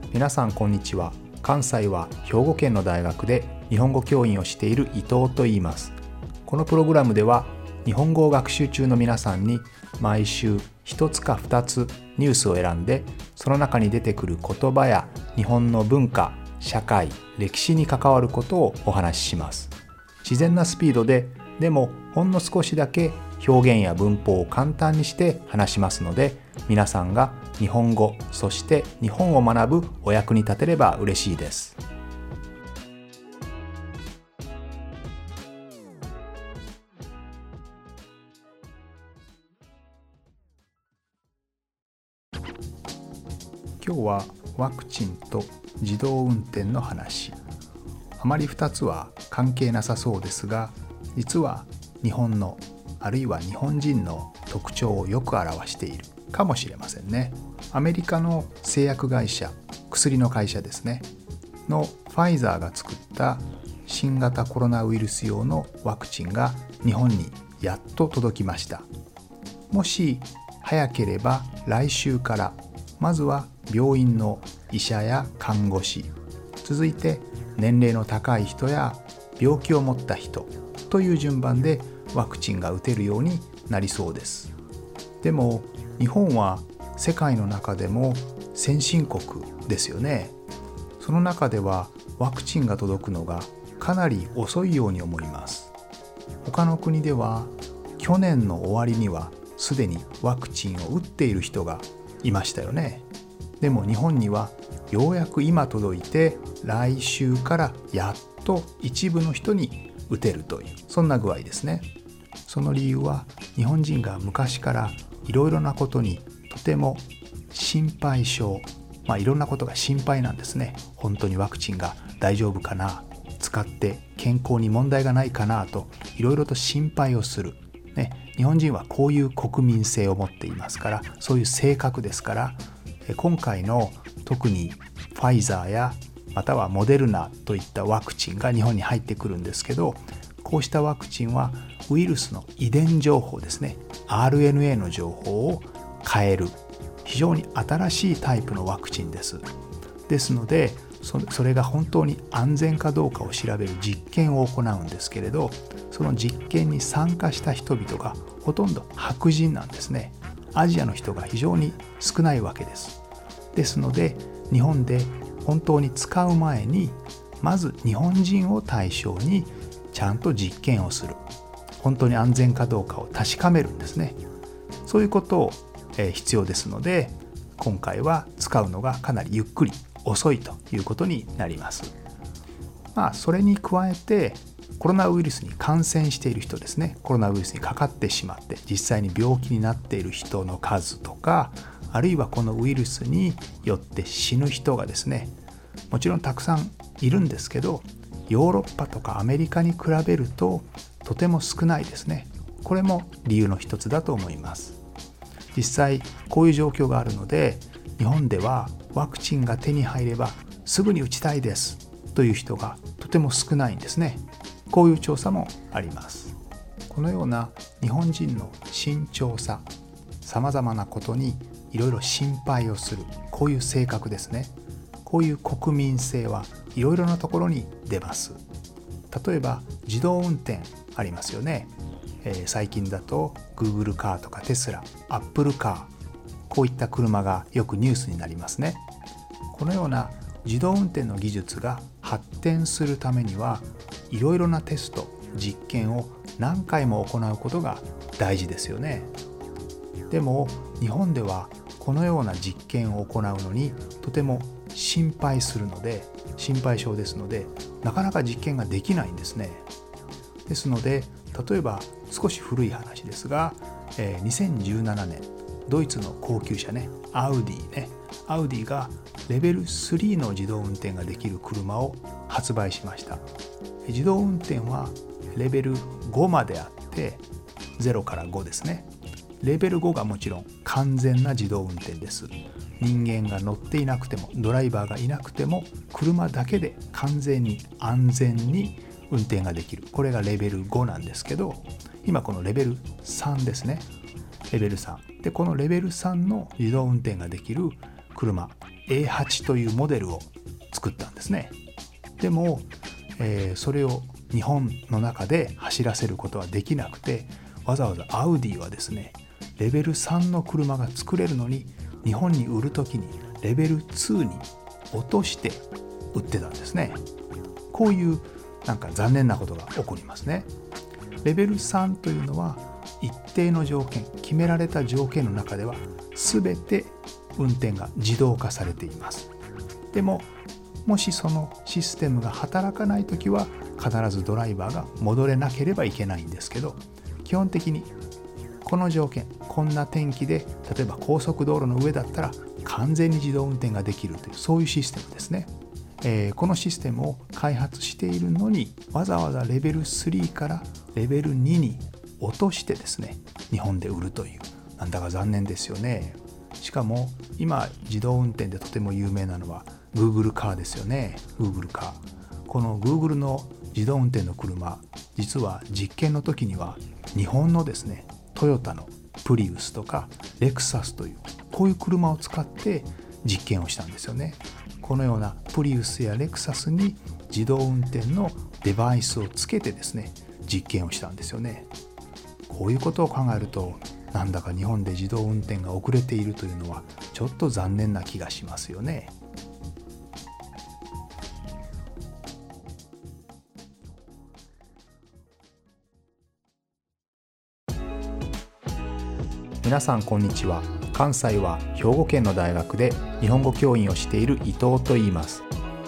皆さんこんにちは。関西は兵庫県の大学で日本語教員をしている伊藤と言います。このプログラムでは日本語を学習中の皆さんに毎週1つか2つニュースを選んで、その中に出てくる言葉や日本の文化、社会、歴史に関わることをお話しします。自然なスピードで、でもほんの少しだけ表現や文法を簡単にして話しますので、皆さんが日本語、そして日本を学ぶお役に立てれば嬉しいです。今日はワクチンと自動運転の話。あまり2つは関係なさそうですが、実は日本のあるいは日本人の特徴をよく表しているかもしれませんね。アメリカの製薬会社、薬の会社ですねのファイザーが作った新型コロナウイルス用のワクチンが日本にやっと届きました。もし早ければ来週からまずは病院の医者や看護師、続いて年齢の高い人や病気を持った人という順番でワクチンが打てるようになりそうです。でも日本は世界の中でも先進国ですよね。その中ではワクチンが届くのがかなり遅いように思います。他の国では去年の終わりにはすでにワクチンを打っている人がいましたよね。でも日本にはようやく今届いて、来週からやっと一部の人に打てるという、そんな具合ですね。その理由は日本人が昔からいろいろなことにとても心配性、いろんなことが心配なんですね。本当にワクチンが大丈夫かな、使って健康に問題がないかなといろいろと心配をする、日本人はこういう国民性を持っていますから、そういう性格ですから、今回の特にファイザーやまたはモデルナといったワクチンが日本に入ってくるんですけど、こうしたワクチンはウイルスの遺伝情報ですね、 RNA の情報を変える非常に新しいタイプのワクチンです。ですのでそれが本当に安全かどうかを調べる実験を行うんですけれど、その実験に参加した人々がほとんど白人なんですね。アジアの人が非常に少ないわけです。ですので日本で本当に使う前にまず日本人を対象にちゃんと実験をする、本当に安全かどうかを確かめるんですね。そういうことを必要ですので、今回は使うのがかなりゆっくり遅いということになります。それに加えてコロナウイルスに感染している人ですね、コロナウイルスにかかってしまって実際に病気になっている人の数とか、あるいはこのウイルスによって死ぬ人がですね、もちろんたくさんいるんですけど、ヨーロッパとかアメリカに比べるととても少ないですね。これも理由の一つだと思います。実際こういう状況があるので、日本ではワクチンが手に入ればすぐに打ちたいですという人がとても少ないんですね。こういう調査もあります。このような日本人の慎重さ、さまざまなことにいろいろ心配をする、こういう性格ですね。こういう国民性はいろいろなところに出ます。例えば自動運転ありますよね。最近だと Google カーとかテスラ、Apple カー、こういった車がよくニュースになりますね。このような自動運転の技術が発展するためにはいろいろなテスト、実験を何回も行うことが大事ですよね。でも日本ではこのような実験を行うのにとても心配するので、心配性ですので、なかなか実験ができないんですね。ですので例えば少し古い話ですが、2017年ドイツの高級車ね、アウディがレベル3の自動運転ができる車を発売しました。自動運転はレベル5まであって、0から5ですね。レベル5がもちろん完全な自動運転です。人間が乗っていなくても、ドライバーがいなくても、車だけで完全に安全に運転ができる。これがレベル5なんですけど、今このレベル3ですね。レベル3で、このレベル3の自動運転ができる車、 A8 というモデルを作ったんですね。でも、それを日本の中で走らせることはできなくて、わざわざアウディはですね、レベル3の車が作れるのに日本に売るときにレベル2に落として売ってたんですね。こういうなんか残念なことが起こりますね。レベル3というのは一定の条件、決められた条件の中では全て運転が自動化されています。でももしそのシステムが働かないときは必ずドライバーが戻れなければいけないんですけど、基本的にこの条件、こんな天気で例えば高速道路の上だったら完全に自動運転ができるという、そういうシステムですね。このシステムを開発しているのにわざわざレベル3からレベル2に落としてですね、日本で売るという、なんだか残念ですよね。しかも今自動運転でとても有名なのは Google カーですよね。 Google カー、この Google の自動運転の車、実は実験の時には日本のですね、トヨタのプリウスとかレクサスというこういう車を使って実験をしたんですよね。このようなプリウスやレクサスに自動運転のデバイスをつけてですね、実験をしたんですよね。こういうことを考えると、なんだか日本で自動運転が遅れているというのはちょっと残念な気がしますよね。皆さんこんにちは。関西は兵庫県の大学で日本語教員をしている伊藤と言います。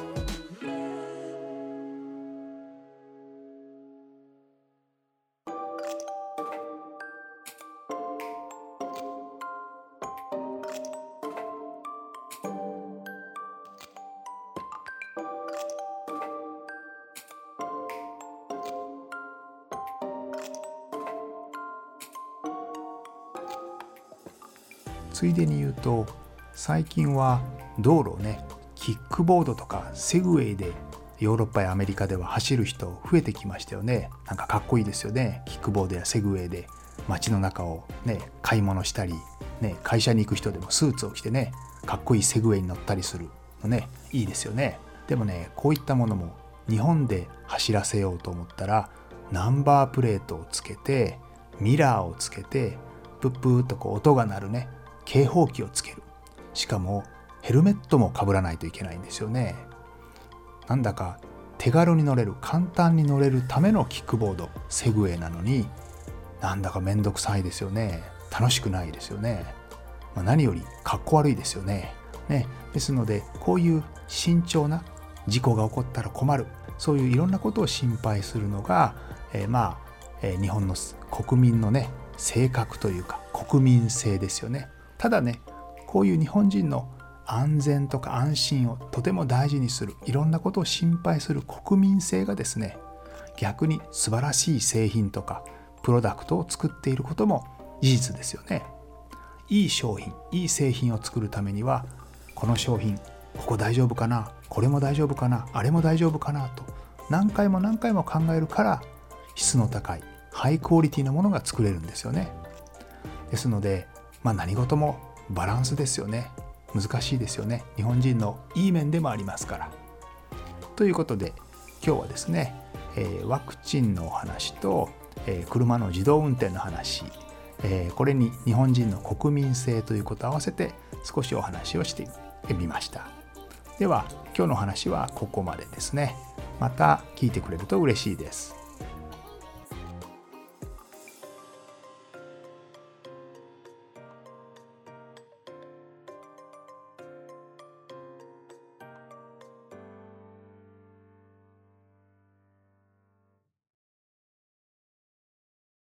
ついでに言うと、最近は道路をね、キックボードとかセグウェイでヨーロッパやアメリカでは走る人増えてきましたよね。なんかかっこいいですよね。キックボードやセグウェイで街の中をね、買い物したり、ね、会社に行く人でもスーツを着てね、かっこいいセグウェイに乗ったりするのね、いいですよね。でもね、こういったものも日本で走らせようと思ったら、ナンバープレートをつけて、ミラーをつけて、プップーっとこう音が鳴るね、警報器をつける。しかもヘルメットもかぶらないといけないんですよね。なんだか手軽に乗れる、簡単に乗れるためのキックボード、セグウェイなのに、なんだかめんどくさいですよね。楽しくないですよね。何よりかっこ悪いですよね。ですので、こういう慎重な、事故が起こったら困る、そういういろんなことを心配するのが、日本の国民のね、性格というか国民性ですよね。ただね、こういう日本人の安全とか安心をとても大事にする、いろんなことを心配する国民性がですね、逆に素晴らしい製品とかプロダクトを作っていることも事実ですよね。いい商品、いい製品を作るためには、この商品ここ大丈夫かな、これも大丈夫かな、あれも大丈夫かなと何回も何回も考えるから、質の高いハイクオリティなものが作れるんですよね。ですので、何事もバランスですよね。難しいですよね。日本人のいい面でもありますから。ということで、今日はですね、ワクチンのお話と、車の自動運転の話、これに日本人の国民性ということを合わせて少しお話をしてみました。では今日の話はここまでですね。また聞いてくれると嬉しいです。